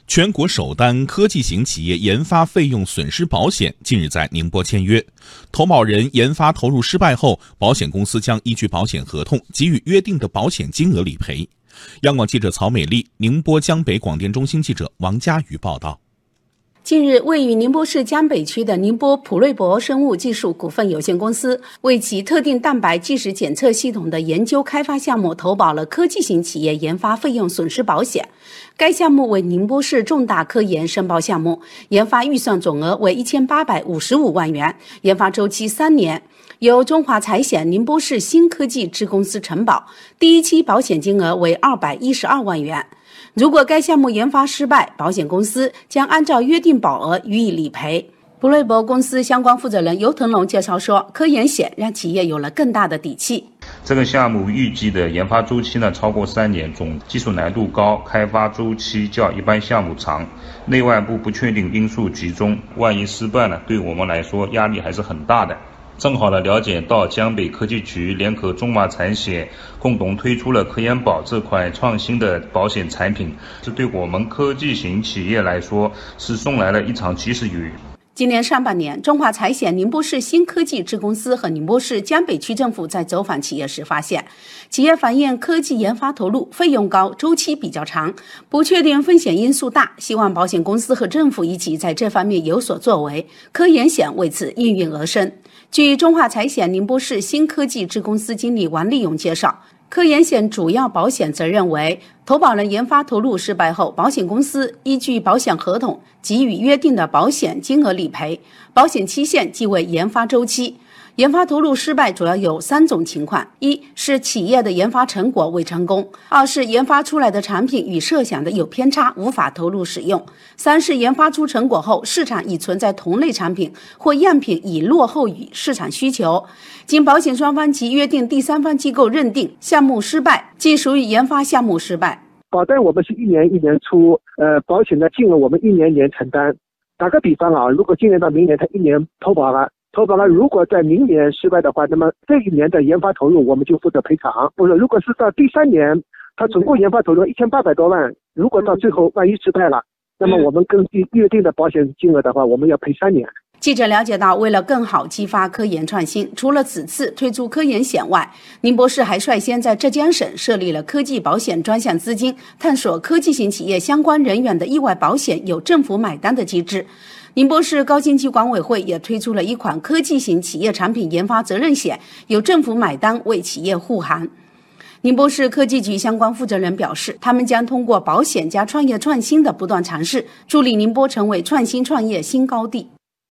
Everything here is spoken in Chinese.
全国首单科技型企业研发费用损失保险近日在宁波签约，投保人研发投入失败后，保险公司将依据保险合同给予约定的保险金额理赔。央广记者曹美丽，宁波江北广电中心记者王佳瑜报道。 近日，位于宁波市江北区的宁波普瑞博生物技术股份有限公司为其特定蛋白即时检测系统的研究开发项目投保了科技型企业研发费用损失保险。该项目为宁波市重大科研申报项目，研发预算总额为1855万元，研发周期3年，由中华财险宁波市新科技支公司承保，第一期保险金额为212万元。如果该项目研发失败，保险公司将按照约定保额予以理赔。普瑞博公司相关负责人尤腾龙介绍说，科研险让企业有了更大的底气。 这个项目预计的研发周期呢超过3年，总技术难度高，开发周期较一般项目长，内外部不确定因素集中，万一失败呢，对我们来说压力还是很大的。正好呢了解到江北科技局联合中华财险共同推出了科研保这款创新的保险产品，这对我们科技型企业来说是送来了一场及时雨。 今年上半年，中华财险宁波市新科技支公司和宁波市江北区政府在走访企业时发现，企业反映科技研发投入费用高，周期比较长，不确定风险因素大，希望保险公司和政府一起在这方面有所作为。科研险为此应运而生。据中华财险宁波市新科技支公司经理王立勇介绍，科研险主要保险责任为投保人研发投入失败后，保险公司依据保险合同给予约定的保险金额理赔，保险期限即为研发周期。研发投入失败主要有3种情况：一是企业的研发成果未成功；二是研发出来的产品与设想的有偏差，无法投入使用；三是研发出成果后，市场已存在同类产品或样品已落后于市场需求，经保险双方及约定第三方机构认定项目失败，即属于研发项目失败。 保单我们是一年出，保险的金额我们一年承担。打个比方啊，如果今年到明年他1年投保了，如果在明年失败的话，那么这一年的研发投入我们就负责赔偿。不是，如果是到第3年，他总共研发投入1800多万，如果到最后万一失败了，那么我们根据约定的保险金额的话，我们要赔3年。 记者了解到，为了更好激发科研创新，除了此次推出科研险外，宁波市还率先在浙江省设立了科技保险专项资金，探索科技型企业相关人员的意外保险有政府买单的机制。宁波市高新区管委会也推出了一款科技型企业产品研发责任险，由政府买单为企业护航。宁波市科技局相关负责人表示，他们将通过保险加创业创新的不断尝试，助力宁波成为创新创业新高地。